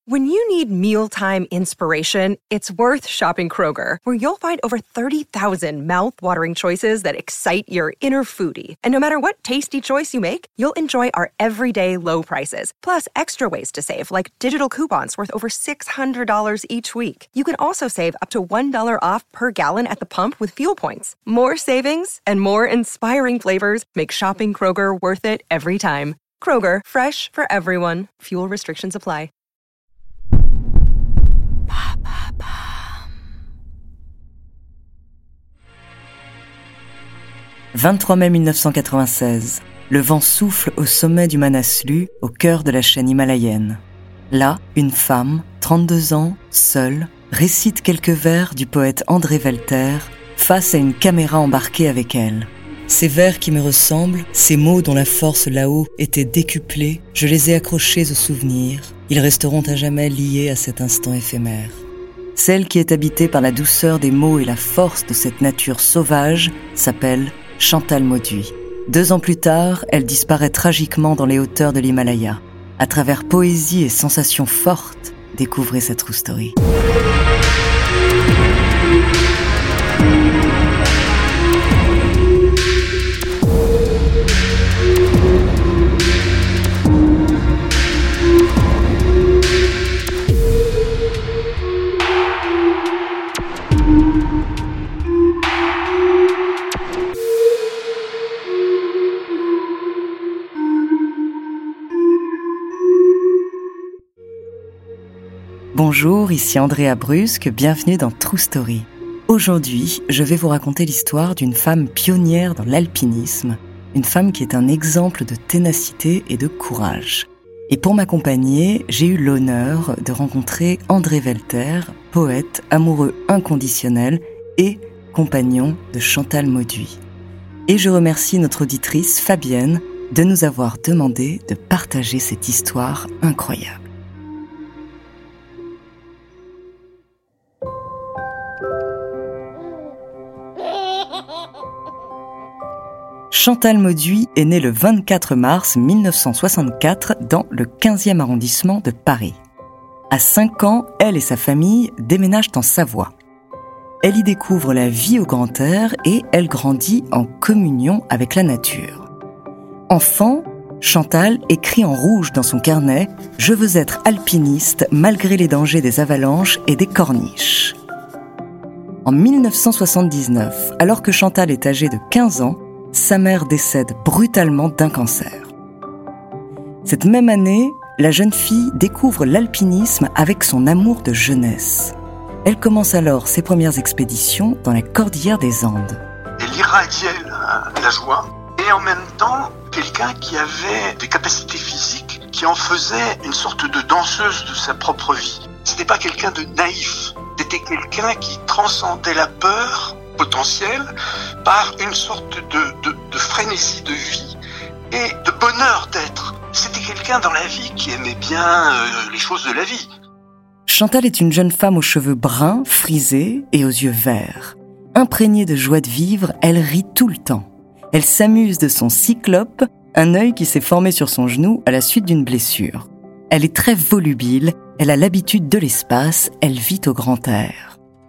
When you need mealtime inspiration, it's worth shopping Kroger, where you'll find over 30,000 mouth-watering choices that excite your inner foodie. And no matter what tasty choice you make, you'll enjoy our everyday low prices, plus extra ways to save, like digital coupons worth over $600 each week. You can also save up to $1 off per gallon at the pump with fuel points. More savings and more inspiring flavors make shopping Kroger worth it every time. Kroger, fresh for everyone. Fuel restrictions apply. 23 mai 1996. Le vent souffle au sommet du Manaslu, au cœur de la chaîne himalayenne. Là, une femme, 32 ans, seule, récite quelques vers du poète André Velter face à une caméra embarquée avec elle. Ces vers qui me ressemblent, ces mots dont la force là-haut était décuplée, je les ai accrochés au souvenir. Ils resteront à jamais liés à cet instant éphémère. Celle qui est habitée par la douceur des mots et la force de cette nature sauvage s'appelle Chantal Mauduit. 2 ans plus tard, elle disparaît tragiquement dans les hauteurs de l'Himalaya. À travers poésie et sensations fortes, découvrez sa true story. Bonjour, ici Andrea Brusque, bienvenue dans True Story. Aujourd'hui, je vais vous raconter l'histoire d'une femme pionnière dans l'alpinisme, une femme qui est un exemple de ténacité et de courage. Et pour m'accompagner, j'ai eu l'honneur de rencontrer André Velter, poète, amoureux inconditionnel et compagnon de Chantal Mauduit. Et je remercie notre auditrice Fabienne de nous avoir demandé de partager cette histoire incroyable. Chantal Mauduit est née le 24 mars 1964 dans le 15e arrondissement de Paris. À 5 ans, elle et sa famille déménagent en Savoie. Elle y découvre la vie au grand air et elle grandit en communion avec la nature. Enfant, Chantal écrit en rouge dans son carnet « Je veux être alpiniste malgré les dangers des avalanches et des corniches ». En 1979, alors que Chantal est âgée de 15 ans, sa mère décède brutalement d'un cancer. Cette même année, la jeune fille découvre l'alpinisme avec son amour de jeunesse. Elle commence alors ses premières expéditions dans la cordillère des Andes. Elle irradiait la joie et en même temps quelqu'un qui avait des capacités physiques qui en faisait une sorte de danseuse de sa propre vie. C'était pas quelqu'un de naïf, c'était quelqu'un qui transcendait la peur potentiel par une sorte de frénésie de vie et de bonheur d'être. C'était quelqu'un dans la vie qui aimait bien les choses de la vie. Chantal est une jeune femme aux cheveux bruns, frisés et aux yeux verts. Imprégnée de joie de vivre, elle rit tout le temps. Elle s'amuse de son cyclope, un œil qui s'est formé sur son genou à la suite d'une blessure. Elle est très volubile, elle a l'habitude de l'espace, elle vit au grand air.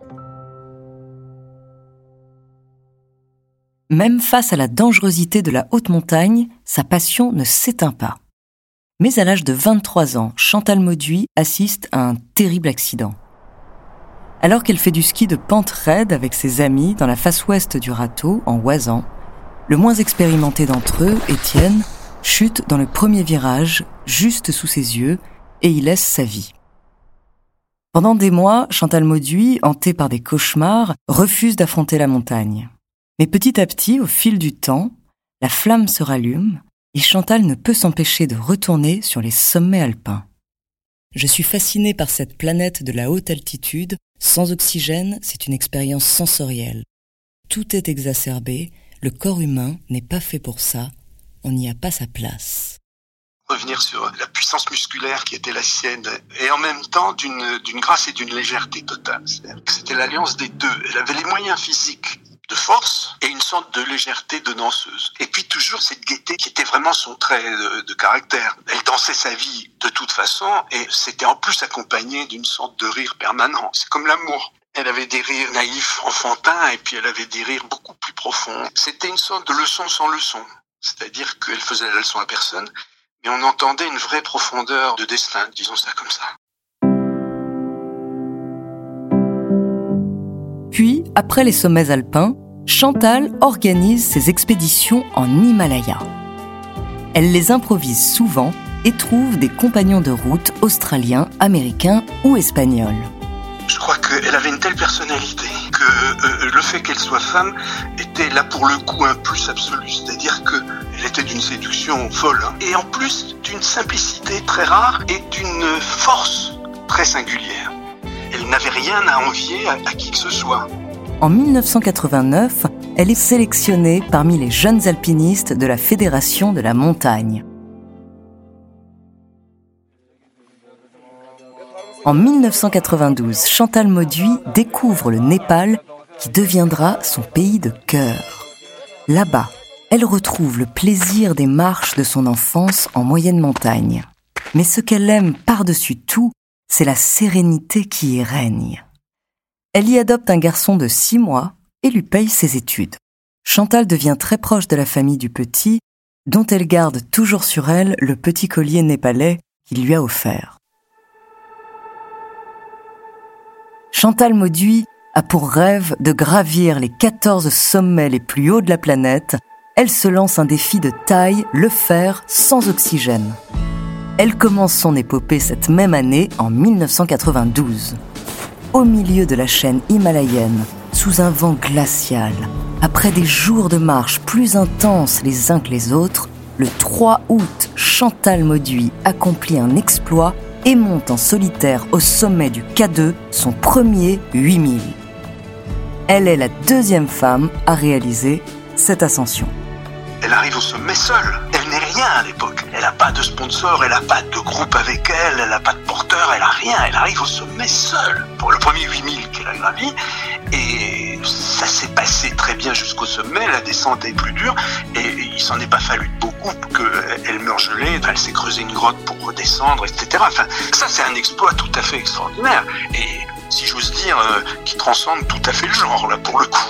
Même face à la dangerosité de la haute montagne, sa passion ne s'éteint pas. Mais à l'âge de 23 ans, Chantal Mauduit assiste à un terrible accident. Alors qu'elle fait du ski de pente raide avec ses amis dans la face ouest du Râteau, en Oisans, le moins expérimenté d'entre eux, Étienne, chute dans le premier virage, juste sous ses yeux, et y laisse sa vie. Pendant des mois, Chantal Mauduit, hantée par des cauchemars, refuse d'affronter la montagne. Mais petit à petit, au fil du temps, la flamme se rallume et Chantal ne peut s'empêcher de retourner sur les sommets alpins. Je suis fascinée par cette planète de la haute altitude. Sans oxygène, c'est une expérience sensorielle. Tout est exacerbé, le corps humain n'est pas fait pour ça, on n'y a pas sa place. Revenir sur la puissance musculaire qui était la sienne et en même temps d'une grâce et d'une légèreté totale. C'est-à-dire que c'était l'alliance des deux. Elle avait les moyens physiques de force et une sorte de légèreté de danseuse. Et puis toujours cette gaieté qui était vraiment son trait de caractère. Elle dansait sa vie de toute façon et c'était en plus accompagné d'une sorte de rire permanent. C'est comme l'amour. Elle avait des rires naïfs, enfantins, et puis elle avait des rires beaucoup plus profonds. C'était une sorte de leçon sans leçon. C'est-à-dire qu'elle faisait la leçon à personne, mais on entendait une vraie profondeur de destin, disons ça comme ça. Puis, après les sommets alpins, Chantal organise ses expéditions en Himalaya. Elle les improvise souvent et trouve des compagnons de route australiens, américains ou espagnols. Je crois qu'elle avait une telle personnalité que le fait qu'elle soit femme était là pour le coup un plus absolu. C'est-à-dire qu'elle était d'une séduction folle et en plus d'une simplicité très rare et d'une force très singulière. Elle n'avait rien à envier à qui que ce soit. En 1989, elle est sélectionnée parmi les jeunes alpinistes de la Fédération de la montagne. En 1992, Chantal Mauduit découvre le Népal qui deviendra son pays de cœur. Là-bas, elle retrouve le plaisir des marches de son enfance en moyenne montagne. Mais ce qu'elle aime par-dessus tout, c'est la sérénité qui y règne. Elle y adopte un garçon de 6 mois et lui paye ses études. Chantal devient très proche de la famille du petit, dont elle garde toujours sur elle le petit collier népalais qu'il lui a offert. Chantal Mauduit a pour rêve de gravir les 14 sommets les plus hauts de la planète. Elle se lance un défi de taille, le faire sans oxygène. Elle commence son épopée cette même année, en 1992. Au milieu de la chaîne himalayenne, sous un vent glacial, après des jours de marche plus intenses les uns que les autres, le 3 août, Chantal Mauduit accomplit un exploit et monte en solitaire au sommet du K2 son premier 8000. Elle est la 2e femme à réaliser cette ascension. Elle arrive au sommet seule. Elle n'est rien à l'époque. Elle n'a pas de sponsor, elle n'a pas de groupe avec elle, elle n'a pas de porteur, elle n'a rien. Elle arrive au sommet seule pour le premier 8000 qu'elle a gravi. Et ça s'est passé très bien jusqu'au sommet. La descente est plus dure et il s'en est pas fallu beaucoup pour qu'elle meure gelée. Elle s'est creusée une grotte pour redescendre, etc. Enfin, ça c'est un exploit tout à fait extraordinaire. Et si j'ose dire, qui transcende tout à fait le genre, là, pour le coup.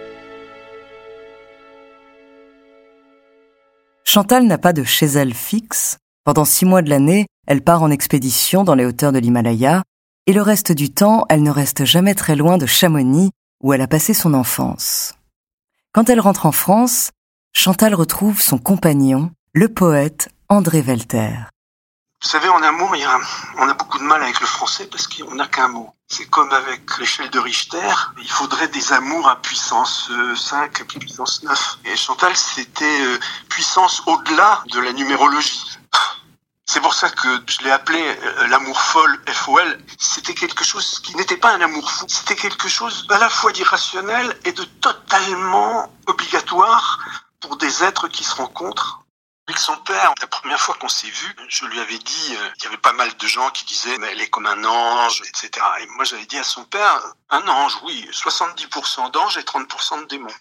Chantal n'a pas de chez elle fixe. Pendant 6 mois de l'année, elle part en expédition dans les hauteurs de l'Himalaya et le reste du temps, elle ne reste jamais très loin de Chamonix où elle a passé son enfance. Quand elle rentre en France, Chantal retrouve son compagnon, le poète André Velter. Vous savez, en amour, on a beaucoup de mal avec le français parce qu'on n'a qu'un mot. C'est comme avec l'échelle de Richter, il faudrait des amours à puissance 5, puissance 9. Et Chantal, c'était puissance au-delà de la numérologie. C'est pour ça que je l'ai appelé l'amour folle, F-O-L. C'était quelque chose qui n'était pas un amour fou. C'était quelque chose à la fois d'irrationnel et de totalement obligatoire pour des êtres qui se rencontrent. Avec son père, la première fois qu'on s'est vu, je lui avais dit, il y avait pas mal de gens qui disaient mais elle est comme un ange, etc. Et moi j'avais dit à son père, un ange, oui, 70% d'ange et 30% de démon.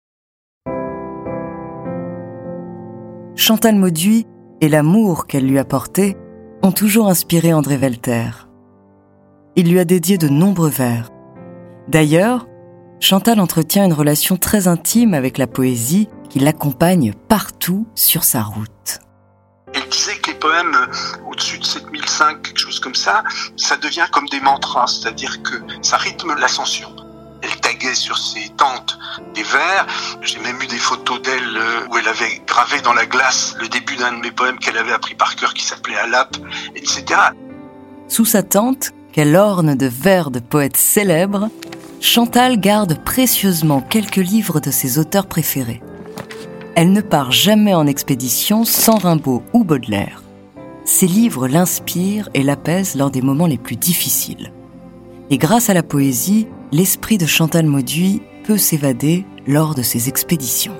Chantal Mauduit et l'amour qu'elle lui a porté ont toujours inspiré André Velter. Il lui a dédié de nombreux vers. D'ailleurs, Chantal entretient une relation très intime avec la poésie qui l'accompagne partout sur sa route. Elle disait que les poèmes au-dessus de 7005, quelque chose comme ça devient comme des mantras, c'est-à-dire que ça rythme l'ascension. Elle taguait sur ses tentes des vers. J'ai même eu des photos d'elle où elle avait gravé dans la glace le début d'un de mes poèmes qu'elle avait appris par cœur qui s'appelait Alap, etc. Sous sa tente, qu'elle orne de vers de poètes célèbres, Chantal garde précieusement quelques livres de ses auteurs préférés. Elle ne part jamais en expédition sans Rimbaud ou Baudelaire. Ces livres l'inspirent et l'apaisent lors des moments les plus difficiles. Et grâce à la poésie, l'esprit de Chantal Mauduit peut s'évader lors de ses expéditions.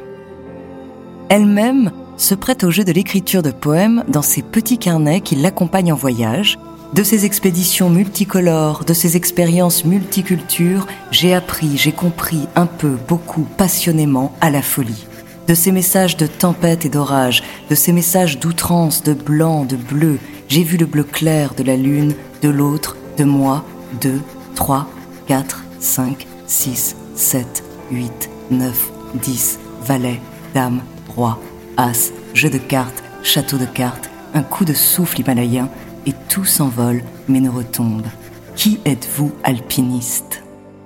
Elle-même se prête au jeu de l'écriture de poèmes dans ses petits carnets qui l'accompagnent en voyage De ces expéditions multicolores, de ces expériences multicultures, j'ai appris, j'ai compris un peu, beaucoup, passionnément à la folie. De ces messages de tempête et d'orage, de ces messages d'outrance, de blanc, de bleu, j'ai vu le bleu clair de la lune, de l'autre, de moi, 2, 3, 4, 5, 6, 7, 8, 9, 10, valet, dame, roi, as, jeu de cartes, château de cartes, un coup de souffle himalayen, et tout s'envole mais ne retombe. Qui êtes-vous, alpiniste ?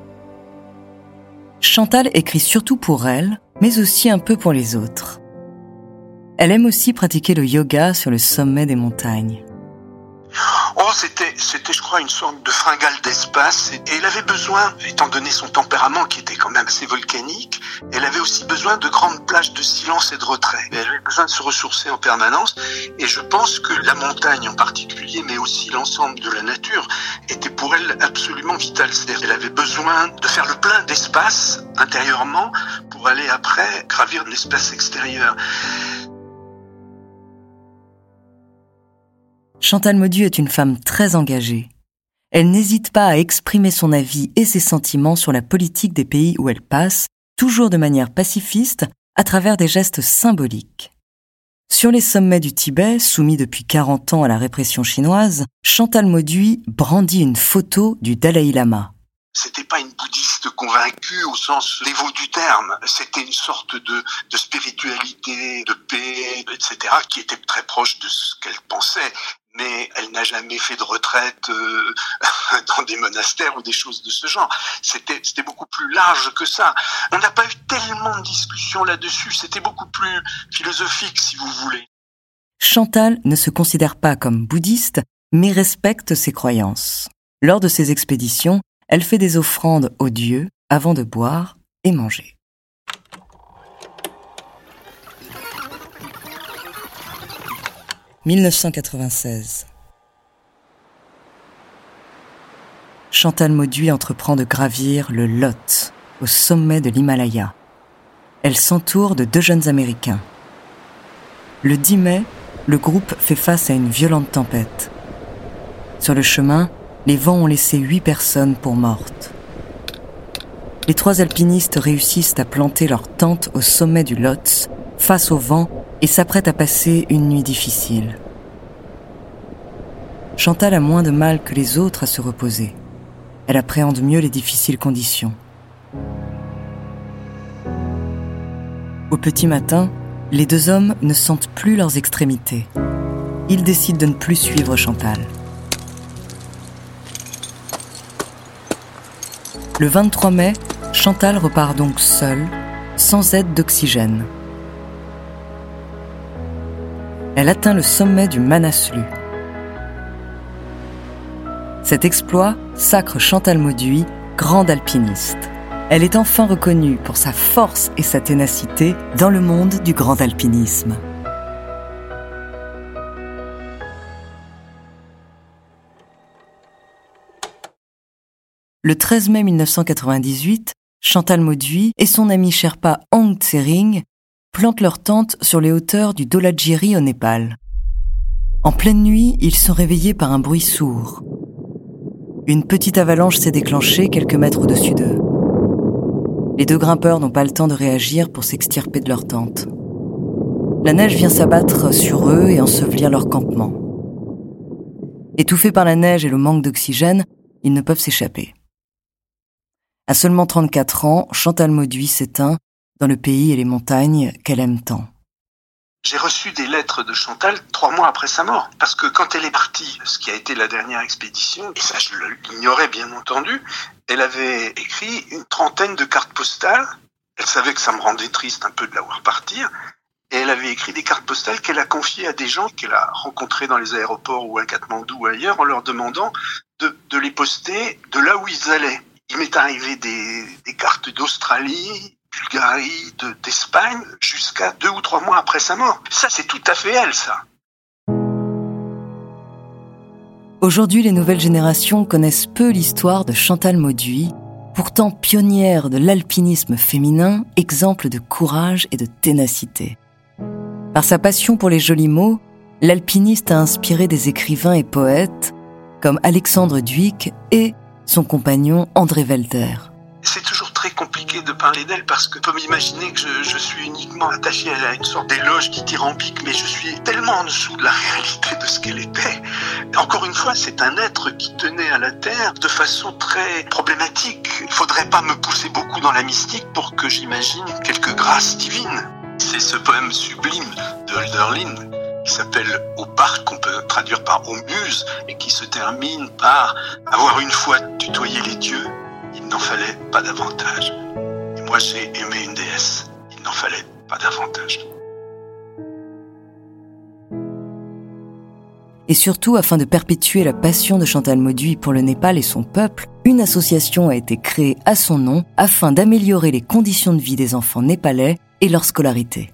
Chantal écrit surtout pour elle, mais aussi un peu pour les autres. Elle aime aussi pratiquer le yoga sur le sommet des montagnes. C'était, je crois, une sorte de fringale d'espace. Et elle avait besoin, étant donné son tempérament qui était quand même assez volcanique, elle avait aussi besoin de grandes plages de silence et de retrait. Elle avait besoin de se ressourcer en permanence. Et je pense que la montagne en particulier, mais aussi l'ensemble de la nature, était pour elle absolument vitale. C'est-à-dire qu'elle avait besoin de faire le plein d'espace intérieurement pour aller après gravir l'espace extérieur. Chantal Mauduit est une femme très engagée. Elle n'hésite pas à exprimer son avis et ses sentiments sur la politique des pays où elle passe, toujours de manière pacifiste, à travers des gestes symboliques. Sur les sommets du Tibet, soumis depuis 40 ans à la répression chinoise, Chantal Mauduit brandit une photo du Dalai Lama. C'était pas une bouddhiste convaincue au sens dévot du terme. C'était une sorte de spiritualité, de paix, etc., qui était très proche de ce qu'elle pensait. Mais elle n'a jamais fait de retraite dans des monastères ou des choses de ce genre. C'était beaucoup plus large que ça. On n'a pas eu tellement de discussions là-dessus. C'était beaucoup plus philosophique, si vous voulez. Chantal ne se considère pas comme bouddhiste, mais respecte ses croyances. Lors de ses expéditions, elle fait des offrandes aux dieux avant de boire et manger. « 1996. Chantal Mauduit entreprend de gravir le Lhotse, au sommet de l'Himalaya. Elle s'entoure de 2 jeunes Américains. Le 10 mai, le groupe fait face à une violente tempête. Sur le chemin, les vents ont laissé 8 personnes pour mortes. Les 3 alpinistes réussissent à planter leur tente au sommet du Lhotse, face au vent, et s'apprêtent à passer une nuit difficile. Chantal a moins de mal que les autres à se reposer. Elle appréhende mieux les difficiles conditions. Au petit matin, les 2 hommes ne sentent plus leurs extrémités. Ils décident de ne plus suivre Chantal. Le 23 mai, Chantal repart donc seule, sans aide d'oxygène. Elle atteint le sommet du Manaslu. Cet exploit sacre Chantal Mauduit, grande alpiniste. Elle est enfin reconnue pour sa force et sa ténacité dans le monde du grand alpinisme. Le 13 mai 1998, Chantal Mauduit et son ami Sherpa Ang Tsering plantent leur tente sur les hauteurs du Dholagiri au Népal. En pleine nuit, ils sont réveillés par un bruit sourd. Une petite avalanche s'est déclenchée quelques mètres au-dessus d'eux. Les 2 grimpeurs n'ont pas le temps de réagir pour s'extirper de leur tente. La neige vient s'abattre sur eux et ensevelir leur campement. Étouffés par la neige et le manque d'oxygène, ils ne peuvent s'échapper. À seulement 34 ans, Chantal Mauduit s'éteint dans le pays et les montagnes qu'elle aime tant. J'ai reçu des lettres de Chantal 3 mois après sa mort. Parce que quand elle est partie, ce qui a été la dernière expédition, et ça je l'ignorais bien entendu, elle avait écrit une 30aine de cartes postales. Elle savait que ça me rendait triste un peu de la voir partir. Et elle avait écrit des cartes postales qu'elle a confiées à des gens qu'elle a rencontrés dans les aéroports ou à Katmandou ou ailleurs en leur demandant de les poster de là où ils allaient. Il m'est arrivé des cartes d'Australie, Bulgarie, d'Espagne, jusqu'à 2 ou 3 mois après sa mort. Ça, c'est tout à fait elle, ça. Aujourd'hui, les nouvelles générations connaissent peu l'histoire de Chantal Mauduit, pourtant pionnière de l'alpinisme féminin, exemple de courage et de ténacité. Par sa passion pour les jolis mots, l'alpiniste a inspiré des écrivains et poètes, comme Alexandre Duyck et son compagnon André Welter. C'est toujours très compliqué de parler d'elle parce que peut m'imaginer que je suis uniquement attaché à une sorte d'éloge dithyrambique, mais je suis tellement en dessous de la réalité de ce qu'elle était. Encore une fois, c'est un être qui tenait à la Terre de façon très problématique. Il ne faudrait pas me pousser beaucoup dans la mystique pour que j'imagine quelques grâces divines. C'est ce poème sublime de Hölderlin qui s'appelle « Au parc », qu'on peut traduire par « aux muses » et qui se termine par « avoir une fois tutoyé les dieux, il n'en fallait pas davantage. Et moi j'ai aimé une déesse, il n'en fallait pas davantage. » Et surtout, afin de perpétuer la passion de Chantal Mauduit pour le Népal et son peuple, une association a été créée à son nom afin d'améliorer les conditions de vie des enfants népalais et leur scolarité.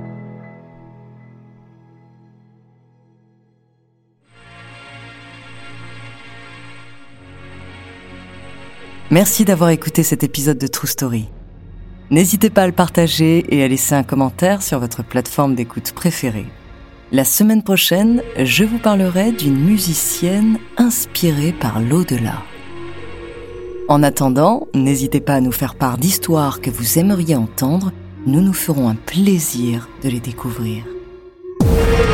Merci d'avoir écouté cet épisode de True Story. N'hésitez pas à le partager et à laisser un commentaire sur votre plateforme d'écoute préférée. La semaine prochaine, je vous parlerai d'une musicienne inspirée par l'au-delà. En attendant, n'hésitez pas à nous faire part d'histoires que vous aimeriez entendre. Nous nous ferons un plaisir de les découvrir.